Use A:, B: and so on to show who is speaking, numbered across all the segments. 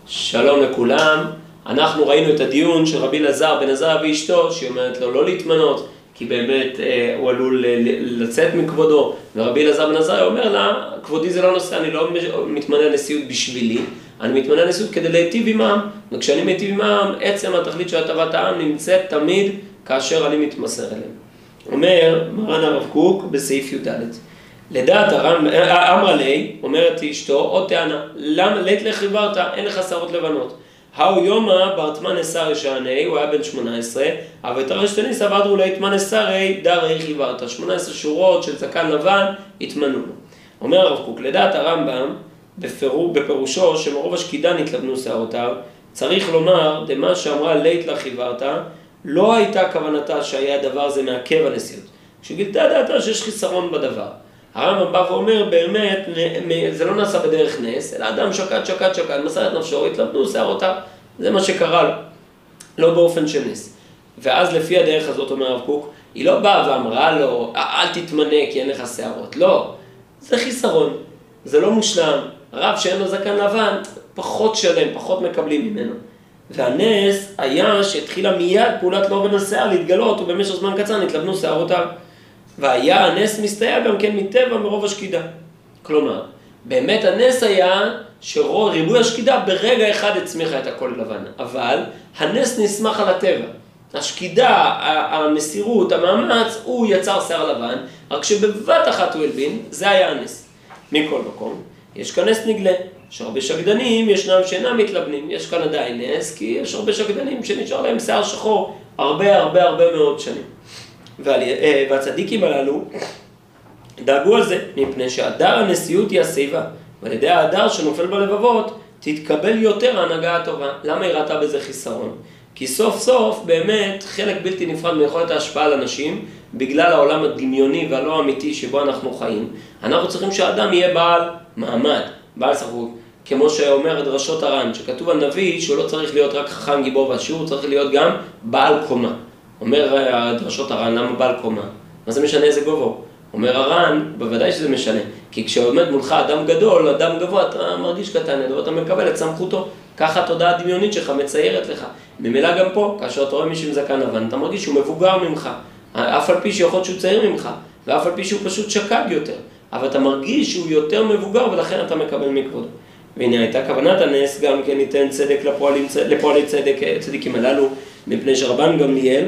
A: שלום לכולם. אנחנו ראינו את הדיון של רבי אלעזר בן עזריה ואשתו, שהיא אומרת לו לא להתמנות, כי באמת הוא עלול לצאת מכבודו, ורבי אלעזר בן עזריה אומר לה, כבודי זה לא נושא, אני לא מתמנה נשיאות בשבילי, אני מתמנה נשיאות כדי להיטיב עם העם, וכשאני מיטיב עם העם, עצם התכלית של הטבת העם נמצאת תמיד כאשר אני מתמסר אליהם. אומר מרן הרב קוק בסעיף י"ד, לדעת אמרה לי, אומרת אשתו, עוד טענה, למה לית לחיברת, אין לך שערות לבנות. האו יומא ברטמן נסרי שעני, הוא היה בן 18, אבל את הרשתני סבדרו להתמן נסרי, דרי חיברת. 18 שורות של זקן לבן התמנו לו. אומר הרב קוק, לדעת הרמב"ם, בפירושו שמרוב השקידה נתלבנו שערותיו, צריך לומר, דמה שאמרה לית לחיברת, לא הייתה כוונתה שהיה הדבר הזה מעכב הנשיאות. כשגילתה דעתה שיש חיסרון בדבר. הרמב"ם בא ואומר, באמת, זה לא נעשה בדרך נס, אלא אדם שקד, מסר את נפשו, התלבנו שערותיו, זה מה שקרה לו, לא באופן של נס. ואז לפי הדרך הזאת, אומר הרב קוק, היא לא באה ואמרה לו, אל תתמנה כי אין לך שערות, לא, זה חיסרון, זה לא מושלם, רב שאין לו זקן לבן, פחות שלם, פחות מקבלים ממנו. והנס היה שהתחילה מיד פעולת לא בן השיער להתגלות, ובמשך זמן קצר נתלבנו שערותיו. והיה הנס מסתייע גם כן מטבע מרוב השקידה. כלומר, באמת הנס היה שריבוי השקידה ברגע אחד הצמיחה את הכל לבן. אבל הנס נסמך על הטבע. השקידה, המסירות, המאמץ, הוא יצר שיער לבן, רק שבבת אחת הוא הלבין, זה היה הנס. מכל מקום, יש כאן נס נגלה. יש הרבה שקדנים, ישנם שאינם מתלבנים. יש כאן עדיין נס, כי יש הרבה שקדנים שנשאר להם שיער שחור הרבה מאוד שנים. והצדיקים הללו דאגו על זה, מפני שהדר הנשיאות היא השיבה, ועל ידי ההדר שנופל בלבבות תתקבל יותר ההנהגה הטובה. למה היא ראתה בזה חיסרון? כי סוף סוף באמת חלק בלתי נפרד מיכולת ההשפעה על אנשים, בגלל העולם הדמיוני והלא אמיתי שבו אנחנו חיים, אנחנו צריכים שהאדם יהיה בעל מעמד, בעל סמכות, כמו שאומר דרשות הר"ן, שכתוב על נביא שהוא לא צריך להיות רק חכם גיבור ועשיר, הוא צריך להיות גם בעל קומה. אומר דרשות הר"ן, למה בעל קומה? מה זה משנה איזה גובה? אומר הר"ן, בוודאי שזה משנה. כי כשעומד מולך אדם גדול, אדם גבוה, אתה מרגיש קטן, ואתה מקבל את סמכותו. ככה התודעה הדמיונית שלך מציירת לך. ממילא גם פה, כאשר אתה רואה מישהו עם זקן לבן, אתה מרגיש שהוא מבוגר ממך. אף על פי שיכול להיות שהוא צעיר ממך, ואף על פי שהוא פשוט שקד יותר. אבל אתה מרגיש שהוא יותר מבוגר, ולכן אתה מקבל מכבודו. והנה הייתה כוונת הנס, גם כן ניתן צדק לפועלי צדיקים הללו, מפני שרבן גמליאל,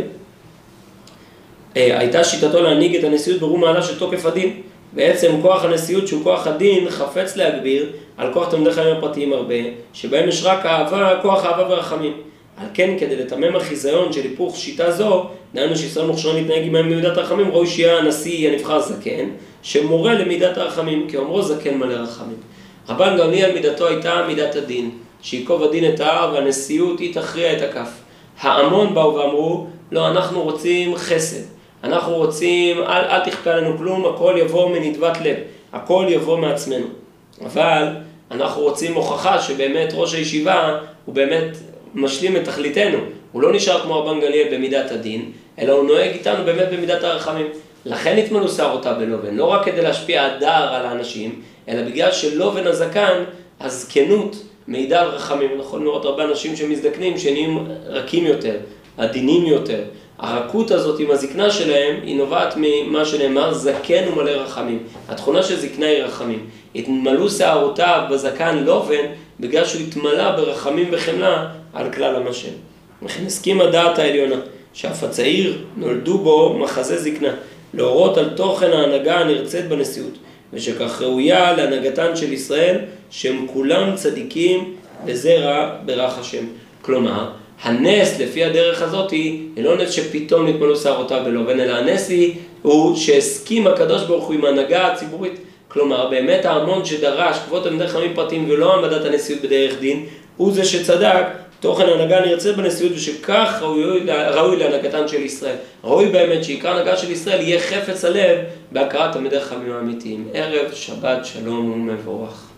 A: הייתה שיטתו להנהיג את הנשיאות ברום מעלה של תוקף הדין. בעצם כוח הנשיאות שהוא כוח הדין חפץ להגביר על כוח תלמידי חיים הפרטיים הרבה, שבהם יש רק אהבה, כוח אהבה ורחמים. על כן, כדי לתמם החיזיון של היפוך שיטה זו, דהיינו שישראל מוכשרה להתנהג עמהם במידת הרחמים, ראוי שיהיה הנשיא הנבחר זקן, שמורה למידת הרחמים, כי אומרו זקן מלא רחמים. רבן גמליאל מידתו הייתה מידת הדין, שיקוב הדין את ההר והנשיאות היא תכריע את הכף. ההמון באו ואמרו, לא, אנחנו רוצים חסד, אנחנו רוצים, אל תכפה עלינו כלום, הכל יבוא מנדבת לב, הכל יבוא מעצמנו. אבל אנחנו רוצים הוכחה שבאמת ראש הישיבה הוא באמת משלים את תכליתנו. הוא לא נשאר כמו רבן גמליאל במידת הדין, אלא הוא נוהג איתנו באמת במידת הרחמים. לכן התמלאו שערותיו בלובן, לא רק כדי להשפיע הדר על האנשים, אלא בגלל שלובן הזקן, הזקנות מעידה על רחמים. נכון לראות הרבה אנשים שמזדקנים, שנהיים רכים יותר, עדינים יותר. הרכות הזאת עם הזקנה שלהם, היא נובעת ממה שנאמר, זקן ומלא רחמים. התכונה של זקנה היא רחמים. התמלאו שערותיו בזקן לובן, בגלל שהוא התמלא ברחמים וחמלה על כלל המשל. לכן הסכים הדעת העליונה, שאף הצעיר נולדו בו מחזה זקנה, להורות על תוכן ההנהגה הנרצית בנשיאות, ושכך ראויה להנהגתן של ישראל, שהם כולם צדיקים וזרע ברך השם. כלומר, הנס לפי הדרך הזאת היא לא נס שפתאום נתמלאו שערותיו בלובן, אלא הנס הוא שהסכים הקדוש ברוך הוא עם ההנהגה הציבורית. כלומר, באמת ההמון שדרש כבוד תלמידי חכמים פרטיים ולא העמדת הנשיאות בדרך דין, הוא זה שצדק תוכן ההנהגה הנרצית בנשיאות, ושכך ראוי להנהגתן של ישראל. ראוי באמת שעיקר ההנהגה של ישראל יהיה חפץ הלב בהכרת תלמידי חכמים האמיתיים. ערב שבת שלום ומבורך.